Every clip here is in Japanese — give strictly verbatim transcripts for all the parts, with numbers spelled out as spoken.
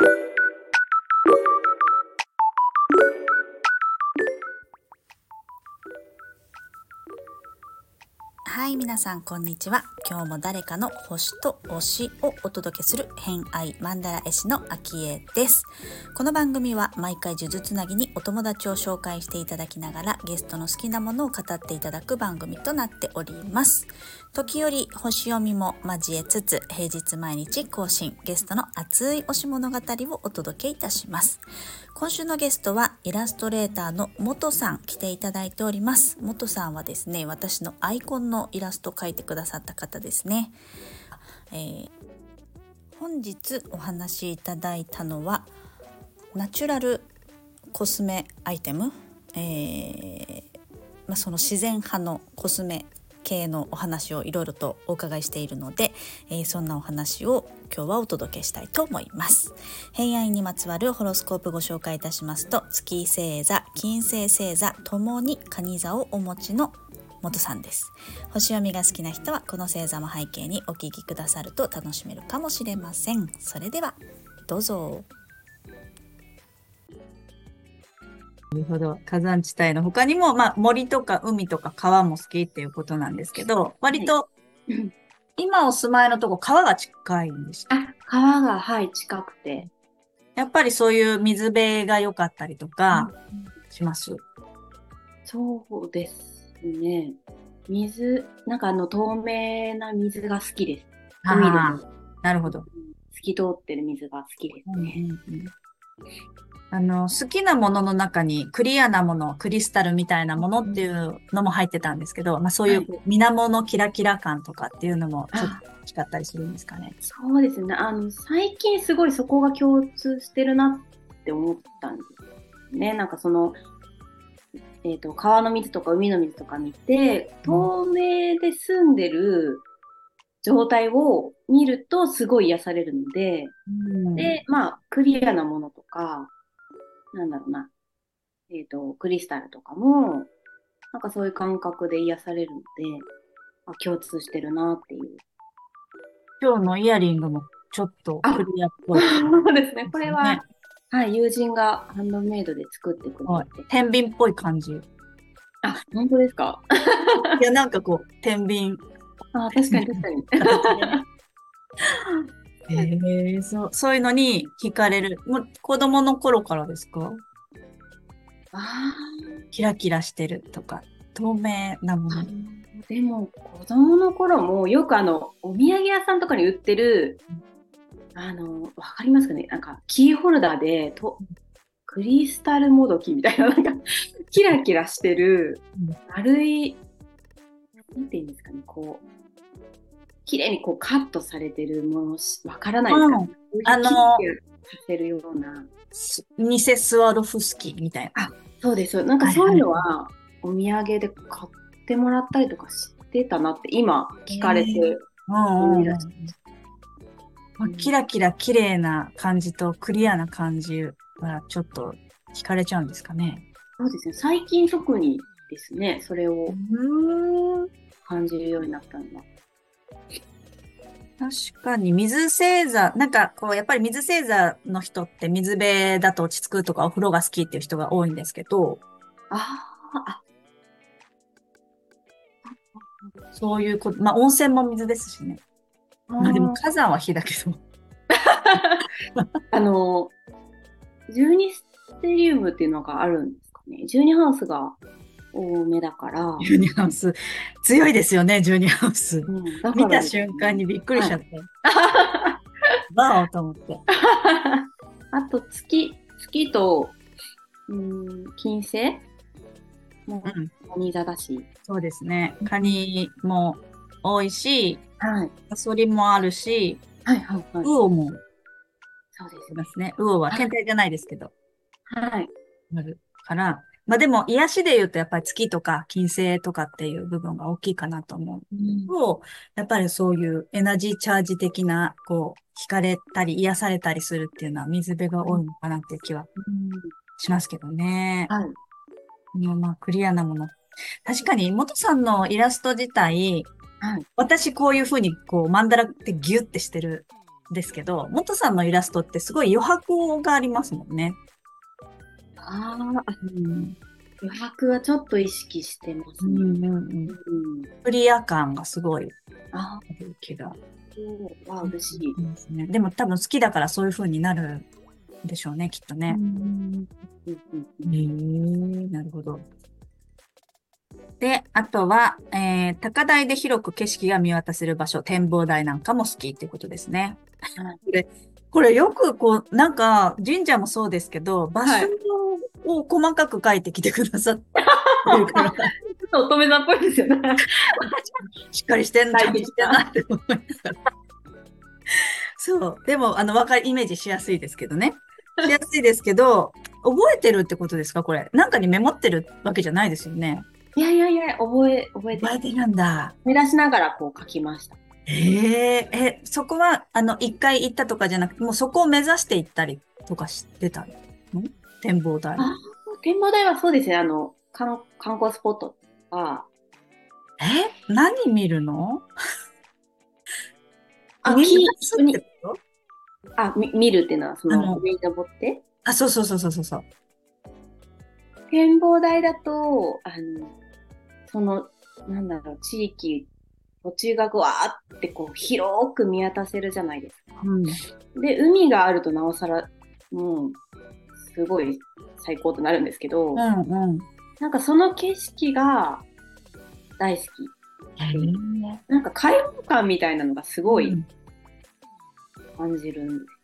はい、皆さんこんにちは。今日も誰かの星と推しをお届けする偏愛マンダラ絵師のあきえです。この番組は毎回数珠つなぎにお友達を紹介していただきながらゲストの好きなものを語っていただく番組となっております。時折星読みも交えつつ平日毎日更新、ゲストの熱い推し物語をお届けいたします。今週のゲストはイラストレーターの元さん来ていただいております。元さんはですね、私のアイコンのイラストを描いてくださった方ですね。えー、本日お話しいただいたのはナチュラルコスメアイテム、えーまあ、その自然派のコスメ系のお話をいろいろとお伺いしているので、えー、そんなお話を今日はお届けしたいと思います。偏愛にまつわるホロスコープご紹介いたしますと、月星座、金星星座ともに蟹座をお持ちの元さんです。星読みが好きな人はこの星座も背景にお聞きくださると楽しめるかもしれません。それではどうぞ。なるほど。火山地帯の他にも、まあ、森とか海とか川も好きっていうことなんですけど、割と、今お住まいのとこ川が近いんですか？ あ、川が、はい、近くて。 やっぱりそういう水辺が良かったりとかします？ そうですね。水、なんかあの、透明な水が好きです。海でも。 ああ、なるほど。 透き通ってる水が好きですね。 うんうんうん、あの、好きなものの中にクリアなもの、クリスタルみたいなものっていうのも入ってたんですけど、まあそういうはい。 水面のキラキラ感とかっていうのもちょっとあ、 欲しかったりするんですかね。 そうですね。あの、最近すごいそこが共通してるなって思ったんですね。なんかその、えっと、川の水とか海の水とか見て、透明で澄んでる状態を見るとすごい癒されるので、 うん。 で、まあ、クリアなものとか、なんだろうな、えっと、クリスタルとかも、なんかそういう感覚で癒されるので、あ、共通してるなっていう。 今日のイヤリングもちょっとクあ、 リアっぽい感そうですね。 じでこれは、 すね。 はい、友人がハンドメイドで作ってくれはい。 て。 天秤っぽい感じ。 あ、本当ですか？ いや、なんかこう、天秤、 あ、確かに確かに。 形でね。ええ、そう、そういうのに惹かれる。もう子供の頃からですか？ あキラキラしてるとか、透明なもーあの。 の、でも子供の頃もよくあの、お土産屋さんとかに売ってる、あの、わかりますかね、なんかキーホルダーでと、クリスタルもどきみたいな、なんか、キラキラしてる、 うん、 丸い、なんていうんですかね、こう、綺麗にこうカットされてるものし、わからないですかね。 うん。あそういうキラキの、 ラさせるような。 す偽スワロフスキーみたいな。 あ、そうです。なんかそういうはいはい。 のは、お土産で買ってもらったりとかしてたなって、今聞かれてええ、うん思い出しうんうん。まあ、 た。うん、 キラキラ綺麗な感じとクリアな感じはちょっと惹かれちゃうんですかね。 そうですね。最近特にですね、それうをーん。 感じるようになったのは。 確かに水星座、なんかこう、やっぱり水星座の人って水辺だと落ち着くとかお風呂が好きっていう人が多いんですけど、 ああ、 そういうこと、まあ温泉も水ですしね。 あ、 まあでもあー火山は火だけど。 あの、じゅうにステリウムっていうのがあるんですかね。じゅうにハウスが多めだから、 ジュニハウス。強いですよね、ジュニハウス。 うん、だか見たらです瞬間ね。 にびっくりしはい。 ちゃって。バーオと思って。 あと月、月と、うん、金星もうん。 蟹座だし。 そうですね。カうん、 ニも多いし、 はい。 サソリもあるし、 はいはいはい。 ウオもそうですね。 いますね。ウオははい。 天体じゃないですけど、 はい。 あるから。まあでも、癒しで言うとやっぱり月とか金星とかっていう部分が大きいかなと思ううん。 と、やっぱりそういうエナジーチャージ的な、こう、惹かれたり癒されたりするっていうのは水辺が多いのかなっていう気はうん、 しますけどね。 はい。 でもまあ、クリアなもの。確かに、元さんのイラスト自体、 はい。 私こういうふうに、こう、マンダラってギュッてしてるですけど、元さんのイラストってすごい余白がありますもんね。 ああ、 うん。 余白はちょっと意識してますね。 うんうんうん。 うん。 クリア感がすごいあある気がそうわあ、 し嬉しい。 ますね。でも多分好きだからそういう風になるんでしょうね、きっとうね。 ん。うんうんうん。 へえ、なるほど。で、あとは、えー、高台で広く景色が見渡せる場所、展望台なんかも好きっていうことですね。 はい。 これ、これよくこう、なんか神社もそうですけど、場所はい。 を細かく書いてきてくださってるから、 ちょっと乙女座っぽいですよね。 しっかりしてん、ちゃんと大的な。 してんなって思いながら。そう。でも、あの、わかり、イメージしやすいですけどね。しやすいですけど、覚えてるってことですかこれ？なんかにメモってるわけじゃないですよね。 いやいやいや、覚え、覚えてます。 覚えてるんだ。 思い出しながらこう書きました。 えええ、そこは、あの、一回行ったとかじゃなくて、もうそこを目指して行ったりとかしてたの？展望台。 あ、展望台はそうですね。あの、観、観光スポットとか、 え、何見るの？ あ、 上目指木、 すってに、 こと？ あ、み、見るっていうのは、そあの、 の上に登って、 あ、そうそうそうそうそうそう。 展望台だと、あの、その、なんだろう、地域、土地がわーってこう広く見渡せるじゃないですか。 うん。 で、海があるとなおさら、もう、すごい最高となるんですけど、 うんうん。 なんかその景色が大好きへで、 え。 なんか開放感みたいなのがすごいうん。 感じるんで。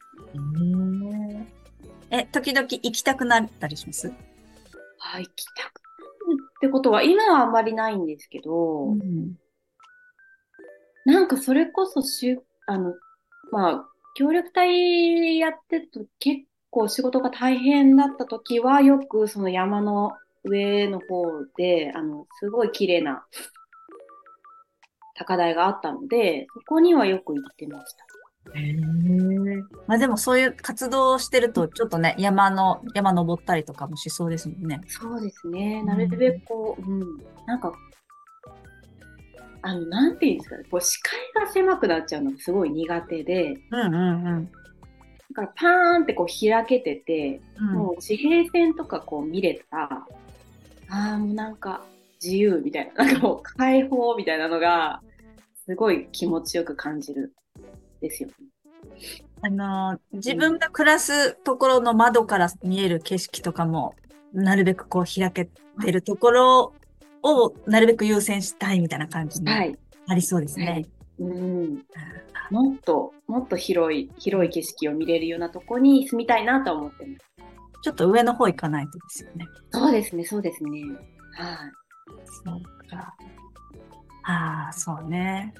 へえ。え、時々行きたくなったりします？ あ、行きたくなるってことは、今はあんまりないんですけど、 うん。 なんかそれこそしゅ、あの、まあ、協力隊やってると結構仕事が大変だった時は、よくその山の上の方で、あの、すごい綺麗な高台があったので、そこにはよく行ってました。 へえ。まあでもそういう活動をしてると、ちょっとね、山の、山登ったりとかもしそうですもんね。 そうですね。なるうん。 べくこう、うん。なんか、あの、なんていうんですかね、こう視界が狭くなっちゃうのがすごい苦手で、 うんうんうん。 だからパーンってこう開けてて、 うん。 もう地平線とかこう見れたら、ああ、もうなんか自由みたいな、なんかもう解放みたいなのが、すごい気持ちよく感じるんですよね。 あのー、自うん。 分が暮らすところの窓から見える景色とかも、なるべくこう開けてるところをなるべく優先したいみたいな感じもはい。 ありそうですね。 はい。うん。もっと、もっと広い、広い景色を見れるようなとこに住みたいなと思ってます。 ちょっと上の方行かないとですよね。 そうですね、そうですね。はい。 そうか。ああ、そうね。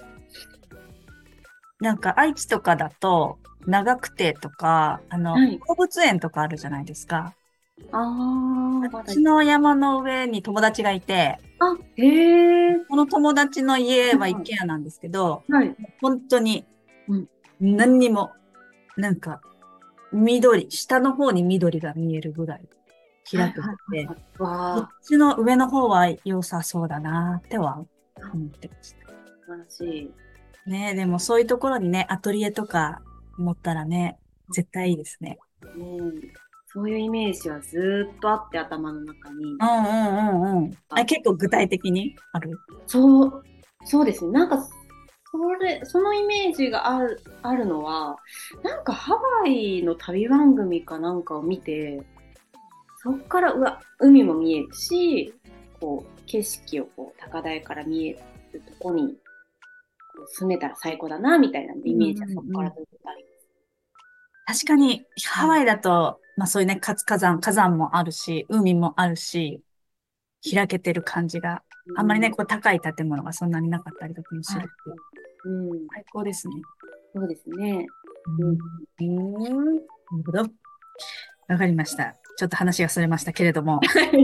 なんか愛知とかだと、長久手とか、あの、 はい。 動物園とかあるじゃないですか。 ああ、まだ、 あっちの山の上に友達がいて、 あ、へえ。 この友達の家は一は軒家なんですけど、 い。はい。 本当にうん。 何にも、なんか緑、下の方に緑が見えるぐらい開けはいはいてて、 はいはい。わあ、 こっちの上の方は良さそうだなっては思ってました。 素晴らしい。 ねえ、でもそういうところにね、アトリエとか持ったらね、絶対いいですね。 うん。そういうイメージはずーっとあって頭の中に。 うんうんうんうん。あ、 あ、 結構具体的にある。 そう、そうですね。なんか、それ、そのイメージがある、あるのは、なんかハワイの旅番組かなんかを見て、そっから、うわ、海も見えるし、こう、景色をこう、高台から見えるとこにこう住めたら最高だな、みたいなイうんうメージはそこんうん。 からずっとあります。 確かに、ハワうん。 イだと、まあそういうね、活火山、火山もあるし、海もあるし、開けてる感じが、あんまりね、 うん。 こう高い建物がそんなになかったりとかもすはい。 るし、 うん。 最高ですね。 そうですね。 ううん。 ん。なるほど。わかりました。ちょっと話がそれましたけれども。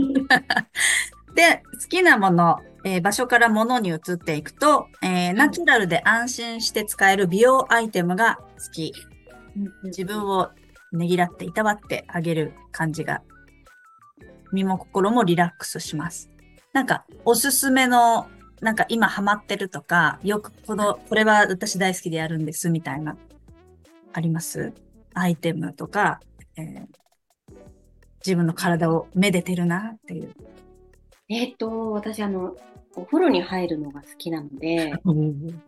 で、好きなもの、えー場所から物に移っていくと、えーナチュラルで安心して使える美容アイテムが好き。 うんうんうん。 自分をねぎらっていたわってあげる感じが、身も心もリラックスします。なんか、おすすめの、なんか今ハマってるとか、よくこの、これは私大好きでやるんです、みたいなあります？アイテムとか、えー自分の体をめでてるなっていう。 えっと、私、あの、お風呂に入るのが好きなので、 うん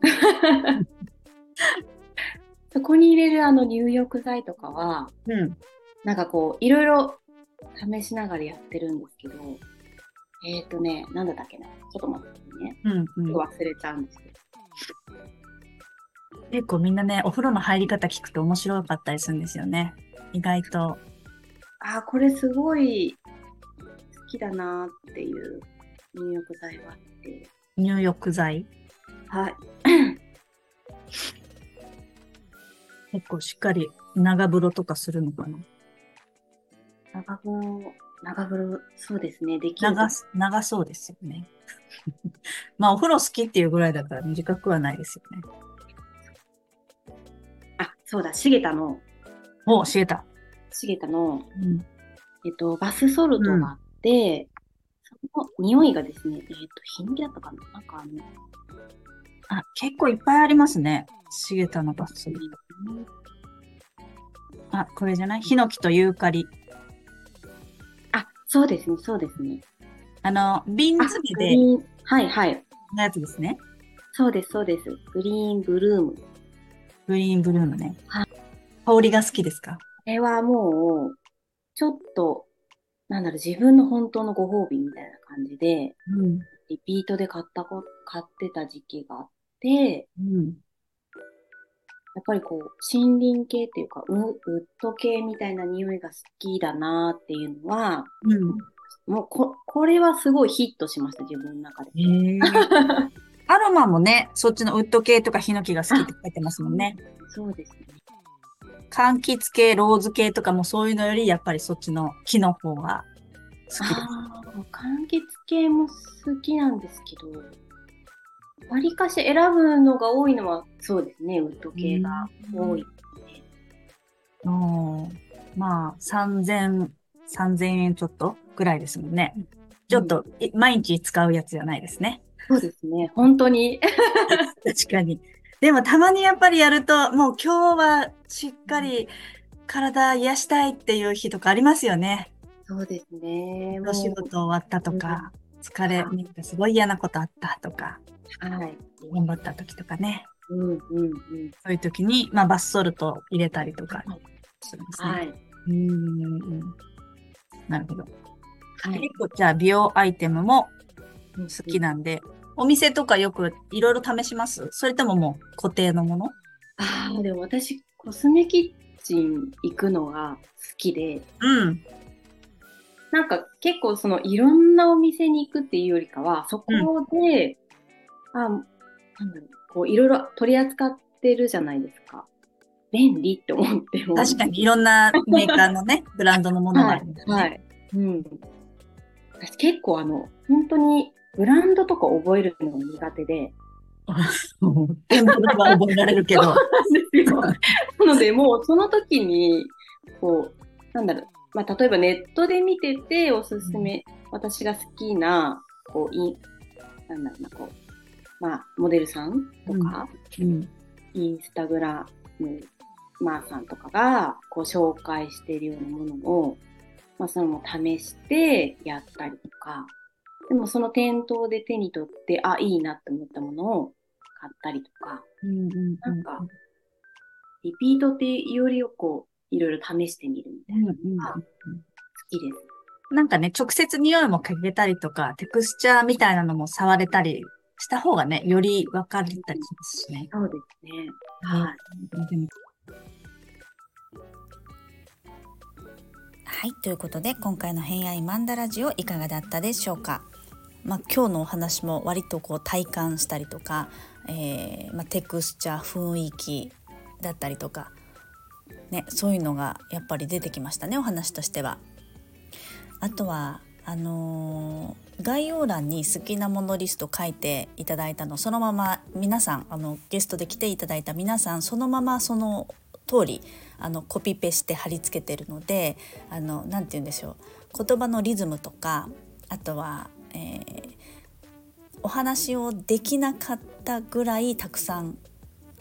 そこに入れるあの入浴剤とかは、 うんなんかこう、いろいろ試しながらやってるんですけど、えっとね、なんだったっけな。ちょっと待ってね。 うんうん。 忘れちゃうんですけど。 結構みんなね、お風呂の入り方聞くと面白かったりするんですよね。意外と。 あー、これすごい好きだなっていう入浴剤があって。 入浴剤。 はい。 結構しっかり長風呂とかするのかな。 長風呂、長風呂、そうですね。できると。 長す、長そうですよね。まあお風呂好きっていうぐらいだから短くはないですよね。 あ、そうだ、シゲタの、 お、教えた。 シゲタの、 うん。 えっと、バスソルうん。 トがあって、その匂いがですね、えっと、ヒノキだったかななんかあの、 あ、結構いっぱいありますね。シゲタのバス。あ、これじゃない？ヒノキとユーカリ。 あ、そうですね、そうですね。 あの、瓶あ、 詰めでグリーン、はいはい。 のやつですね。 そうです、そうです。グリーンブルーム。 グリーンブルーのね。 はい。 香りが好きですか？ これはもう、ちょっと、なんだろう、自分の本当のご褒美みたいな感じで、 うん。 リピートで買ったこ、買ってた時期があって、 うん。 やっぱりこう、森林系っていうか、ウ、ウッド系みたいな匂いが好きだなっていうのは、 うん。 もうこ、これはすごいヒットしました、自分の中で。 へえ。アロマもね、そっちのウッド系とかヒノキが好きってあ、 書いてますそうもんね。 そうですね。 柑橘系、ローズ系とかもそういうのより、やっぱりそっちの木の方が好きです。 ああ、柑橘系も好きなんですけど、わりかし選ぶのが多いのは、そうですね、ウッドう系が多いん。 ですね。 おー、まあ、さんぜん、さんぜんえんちょっとぐらいですもんね。ちうん、 ょっと、い毎日使うやつじゃないですね。 そうですね、本当に。 確かに。でもたまにやっぱりやると、もう今日はしっかり体癒したいっていう日とかありますよね。 そうですね、 お仕も事終わったとう、うん、 か、疲れ、 はなんかすごい嫌なことあったとか、 はい。 頑張った時とかね。 うん、うん、うん。 そういう時に、まあ、バスソルト入れたりとかするんですね。 はい。 うーん。なるほど。 はい。 結構じゃあ美容アイテムも好うんうん、 きなんで、お店とかよくいろいろ試します？それとももう固定のもの？ ああ、でも私、コスメキッチン行くのが好きで、 うん。 なんか結構そのいろんなお店に行くっていうよりかは、そうん。 こで、あ、なんだろう、こういろいろ取り扱ってるじゃないですか。便利って思っても。 確かにいろんなメーカーのね、ブランドのものがあはい、 りますね。 はい。うん。私結構あの、本当にブランドとか覚えるのが苦手で。 店舗では覚えられるけそうど。 なんですよ。なのでもうその時に、こう、なんだろう、まあ例えばネットで見てておすすめ、私が好きな、こう、い、なんだろうな、こう、まあ、モデルさんとうん。 か、 うん。 インスタグラムマーさんとかがこう紹介しているようなものを、まあ、それも試してやったりとか、でもその店頭で手に取って、あ、いいなって思ったものを買ったりとか、 うん。うん。 なんか、リピートっていうよりをこう、いろいろ試してみるみたいうん。 なうん。 のが好きです。 なんかね、直接匂いも嗅げたりとか、テクスチャーみたいなのも触れたりした方がね、より分かれたりしますしね。 そうですね。 ね。 はい。 でもはい、ということで今回の偏愛マンダラジオいかがだったでしょうか。まあ、今日のお話も割とこう体感したりとか、えーまあ、テクスチャー雰囲気だったりとか、ね、そういうのがやっぱり出てきましたね、お話としては。あとはあのー概要欄に好きなものリスト書いていただいたのそのまま皆さんあのゲストで来ていただいた皆さんそのままその通りあのコピペして貼り付けてるので、あのなんて言うんでしょう、言葉のリズムとか、あとは、えーお話をできなかったぐらいたくさん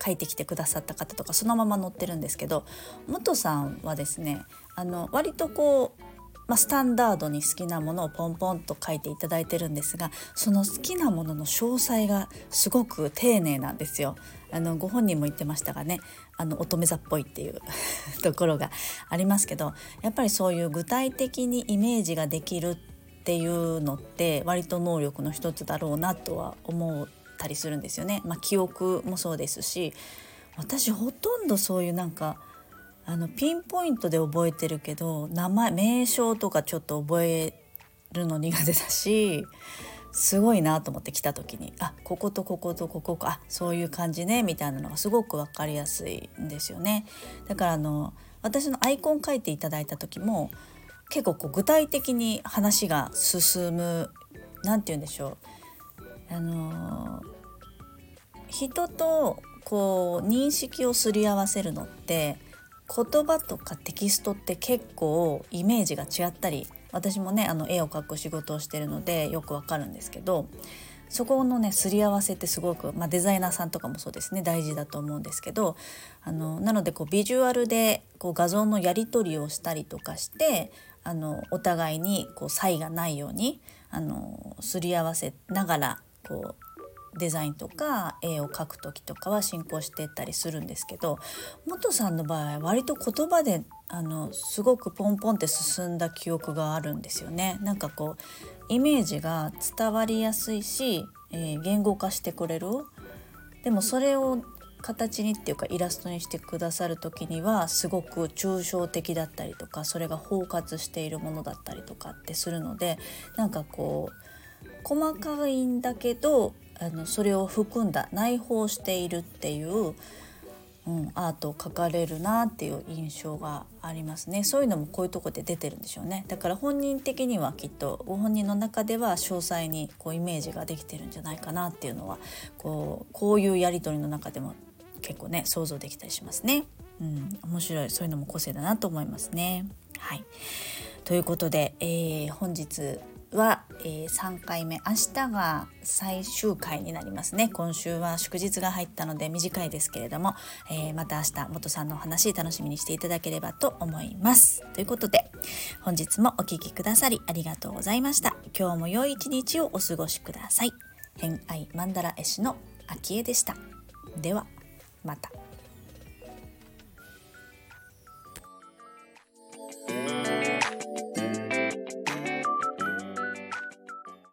書いてきてくださった方とかそのまま載ってるんですけど、元さんはですねあの割とこう、まあ、スタンダードに好きなものをポンポンと書いていただいてるんですが、その好きなものの詳細がすごく丁寧なんですよ。あのご本人も言ってましたがね、あの乙女座っぽいっていうところがありますけど、やっぱりそういう具体的にイメージができるっていうのって割と能力の一つだろうなとは思ったりするんですよね。まあ、記憶もそうですし、私ほとんどそういうなんかあのピンポイントで覚えてるけど名前名称とかちょっと覚えるの苦手だし、すごいなと思って来た時にあこことこことここかあそういう感じねみたいなのがすごく分かりやすいんですよね。だからあの私のアイコン書いていただいた時も結構こう具体的に話が進む、なんて言うんでしょう、あの人とこう認識をすり合わせるのって言葉とかテキストって結構イメージが違ったり、私もねあの絵を描く仕事をしてるのでよくわかるんですけど、そこのねすり合わせってすごく、まあ、デザイナーさんとかもそうですね大事だと思うんですけど、あのなのでこうビジュアルでこう画像のやり取りをしたりとかして、あのお互いにこう差異がないようにあのすり合わせながらこうデザインとか絵を描く時とかは進行していったりするんですけど、元さんの場合は割と言葉であのすごくポンポンって進んだ記憶があるんですよね。なんかこうイメージが伝わりやすいし、えー、言語化してくれる。でもそれを形にっていうかイラストにしてくださる時にはすごく抽象的だったりとか、それが包括しているものだったりとかってするので、なんかこう細かいんだけどあのそれを含んだ内包しているっていう、うん、アートを描かれるなっていう印象がありますね。そういうのもこういうとこで出てるんでしょうね。だから本人的にはきっとご本人の中では詳細にこうイメージができてるんじゃないかなっていうのはこう、こういうやり取りの中でも結構ね想像できたりしますね。うん、面白い、そういうのも個性だなと思いますね。はい、ということで、えー、本日は、えー、さんかいめ、明日が最終回になりますね。今週は祝日が入ったので短いですけれども、えー、また明日元さんのお話楽しみにしていただければと思います。ということで本日もお聞きくださりありがとうございました。今日も良い一日をお過ごしください。偏愛マンダラ絵師のあきえでした。ではまた。